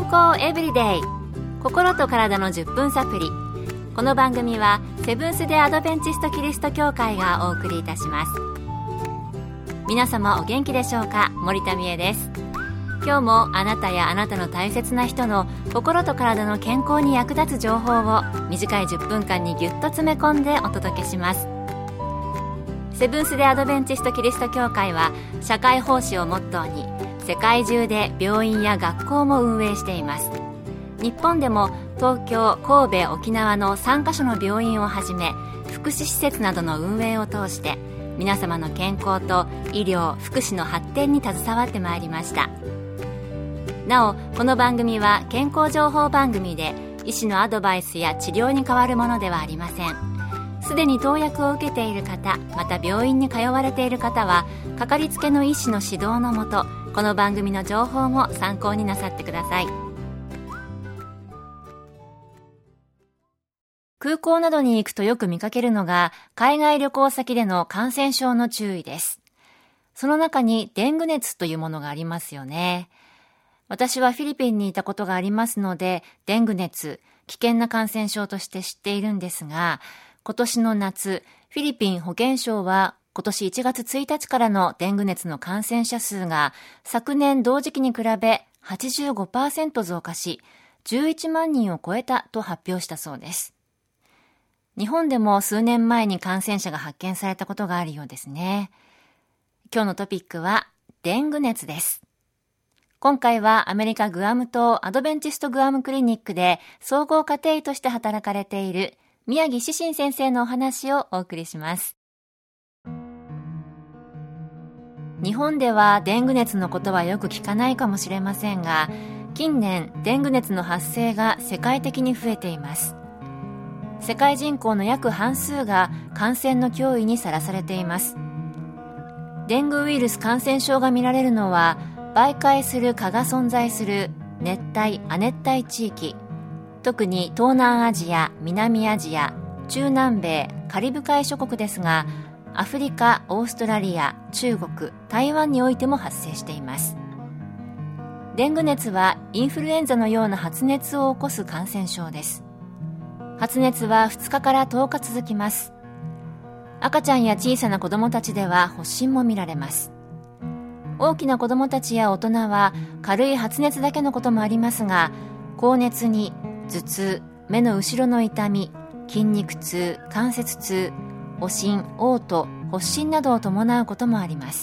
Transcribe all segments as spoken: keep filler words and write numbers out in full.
康エブリデイ、心と体のじゅっぷんサプリ。この番組はセブンス・デ・アドベンチスト・キリスト教会がお送りいたします。皆様お元気でしょうか。森田美恵です。今日もあなたやあなたの大切な人の心と体の健康に役立つ情報を短いじゅっぷんかんにぎゅっと詰め込んでお届けします。セブンス・デ・アドベンチスト・キリスト教会は社会奉仕をモットーに世界中で病院や学校も運営しています。日本でも東京、神戸、沖縄のさんカ所の病院をはじめ福祉施設などの運営を通して皆様の健康と医療・福祉の発展に携わってまいりました。なお、この番組は健康情報番組で医師のアドバイスや治療に代わるものではありません。すでに投薬を受けている方、また病院に通われている方はかかりつけの医師の指導のもと、この番組の情報も参考になさってください。空港などに行くとよく見かけるのが海外旅行先での感染症の注意です。その中にデング熱というものがありますよね。私はフィリピンにいたことがありますので、デング熱、危険な感染症として知っているんですが、今年の夏、フィリピン保健省は今年いちがつついたちからのデング熱の感染者数が昨年同時期に比べ はちじゅうごパーセント 増加し、じゅういちまんにんを超えたと発表したそうです。日本でも数年前に感染者が発見されたことがあるようですね。今日のトピックはデング熱です。今回はアメリカグアム島アドベンチストグアムクリニックで総合家庭医として働かれている宮城志信先生のお話をお送りします。日本ではデング熱のことはよく聞かないかもしれませんが、近年デング熱の発生が世界的に増えています。世界人口の約半数が感染の脅威にさらされています。デングウイルス感染症が見られるのは、媒介する蚊が存在する熱帯・亜熱帯地域、特に東南アジア、南アジア、中南米、カリブ海諸国ですが、アフリカ、オーストラリア、中国、台湾においても発生しています。デング熱はインフルエンザのような発熱を起こす感染症です。発熱はふつかからとおか続きます。赤ちゃんや小さな子供たちでは発疹も見られます。大きな子供たちや大人は軽い発熱だけのこともありますが、高熱に頭痛、目の後ろの痛み、筋肉痛、関節痛、悪心、嘔吐、発疹などを伴うこともあります。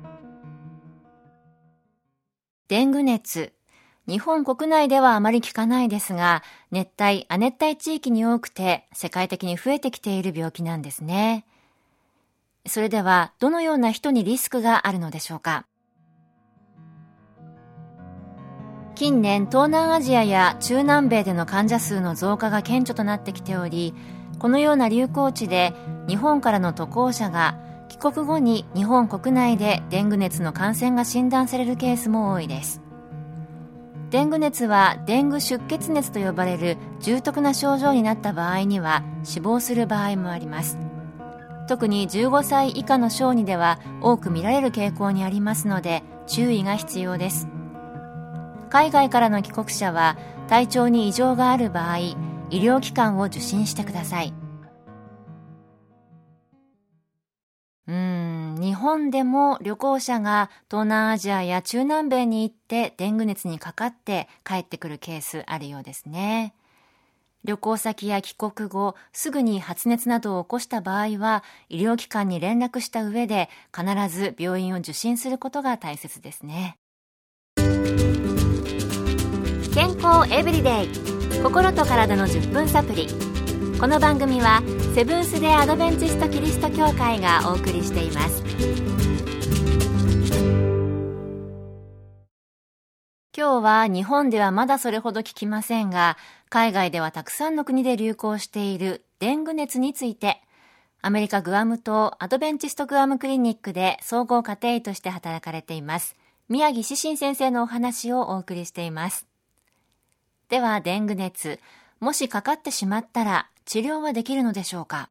デング熱、日本国内ではあまり聞かないですが、熱帯・亜熱帯地域に多くて世界的に増えてきている病気なんですね。それではどのような人にリスクがあるのでしょうか。近年、東南アジアや中南米での患者数の増加が顕著となってきており、このような流行地で日本からの渡航者が帰国後に日本国内でデング熱の感染が診断されるケースも多いです。デング熱はデング出血熱と呼ばれる重篤な症状になった場合には死亡する場合もあります。特にじゅうごさい以下の小児では多く見られる傾向にありますので注意が必要です。海外からの帰国者は体調に異常がある場合、医療機関を受診してください。うーん、日本でも旅行者が東南アジアや中南米に行ってデング熱にかかって帰ってくるケースあるようですね。旅行先や帰国後、すぐに発熱などを起こした場合は、医療機関に連絡した上で必ず病院を受診することが大切ですね。健康エブリデイ、心と体のじゅっぷんサプリ。この番組はセブンス・デ・アドベンチスト・キリスト教会がお送りしています。今日は日本ではまだそれほど聞きませんが、海外ではたくさんの国で流行しているデング熱について、アメリカグアム島アドベンチストグアムクリニックで総合家庭医として働かれています宮城志信先生のお話をお送りしています。ではデング熱、もしかかってしまったら治療はできるのでしょうか。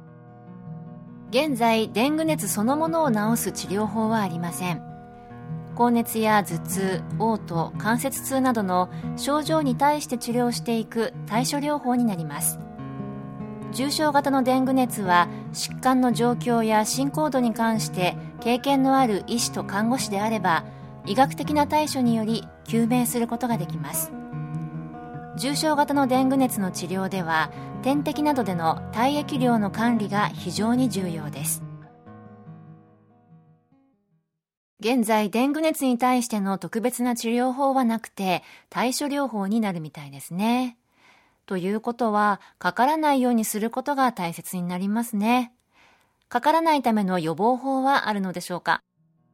現在デング熱そのものを治す治療法はありません。 高熱や頭痛、嘔吐、関節痛などの症状に対して治療していく対処療法になります。重症型のデング熱は疾患の状況や進行度に関して経験のある医師と看護師であれば医学的な対処により救命することができます。重症型のデング熱の治療では点滴などでの体液量の管理が非常に重要です。現在デング熱に対しての特別な治療法はなくて対処療法になるみたいですね。ということはかからないようにすることが大切になりますね。かからないための予防法はあるのでしょうか。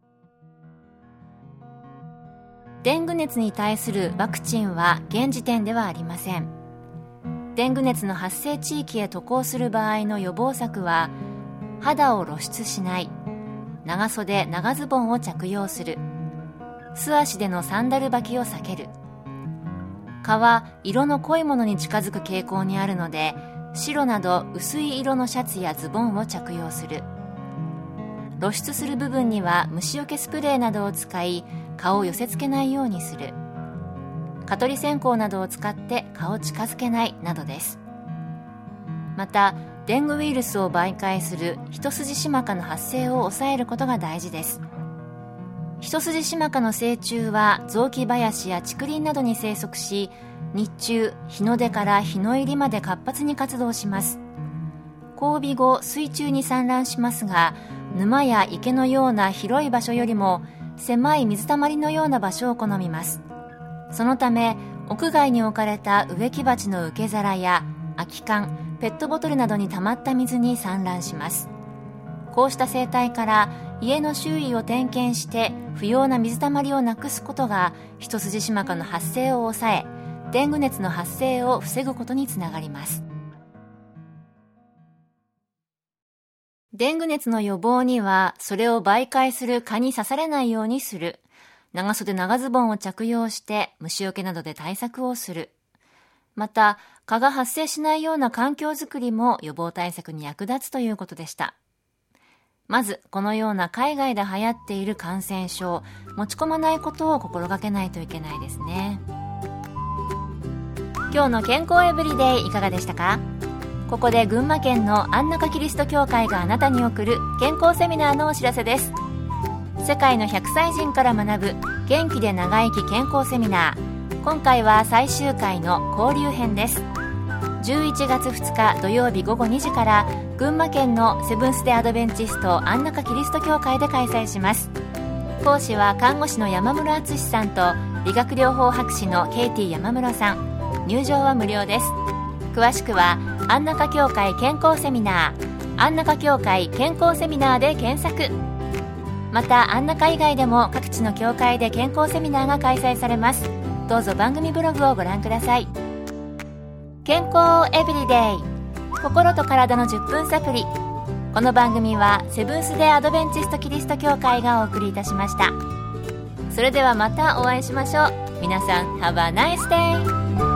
デング熱に対するワクチンは現時点ではありません。デング熱の発生地域へ渡航する場合の予防策は肌を露出しない、長袖長ズボンを着用する、素足でのサンダル履きを避ける、蚊は色の濃いものに近づく傾向にあるので白など薄い色のシャツやズボンを着用する、露出する部分には虫除けスプレーなどを使い蚊を寄せ付けないようにする、蚊取り線香などを使って蚊を近づけないなどです。またデングウイルスを媒介するヒトスジシマカの発生を抑えることが大事です。ヒトスジシマカの成虫は雑木林や竹林などに生息し、日中日の出から日の入りまで活発に活動します。交尾後水中に産卵しますが、沼や池のような広い場所よりも狭い水たまりのような場所を好みます。そのため屋外に置かれた植木鉢の受け皿や空き缶、ペットボトルなどに溜まった水に産卵します。こうした生態から家の周囲を点検して不要な水たまりをなくすことがヒトスジシマカの発生を抑え、デング熱の発生を防ぐことにつながります。デング熱の予防にはそれを媒介する蚊に刺されないようにする、長袖長ズボンを着用して虫除けなどで対策をする、また蚊が発生しないような環境づくりも予防対策に役立つということでした。まずこのような海外で流行っている感染症、持ち込まないことを心がけないといけないですね。今日の健康エブリデイいかがでしたか。ここで群馬県の安中キリスト教会があなたに送る健康セミナーのお知らせです。世界のひゃくさい人から学ぶ元気で長生き健康セミナー、今回は最終回の交流編です。じゅういちがつふつか土曜日午後にじから群馬県のセブンス・デ・アドベンチスト安中キリスト教会で開催します。講師は看護師の山室敦さんと理学療法博士のケイティ山室さん。入場は無料です。詳しくは安中教会健康セミナー、安中教会健康セミナーで検索。また安中以外でも各地の教会で健康セミナーが開催されます。どうぞ番組ブログをご覧ください。健康エブリデイ、心と体のじゅっぷんサプリ。この番組はセブンス・デ・アドベンチスト・キリスト教会がお送りいたしました。それではまたお会いしましょう。皆さん Have a nice day!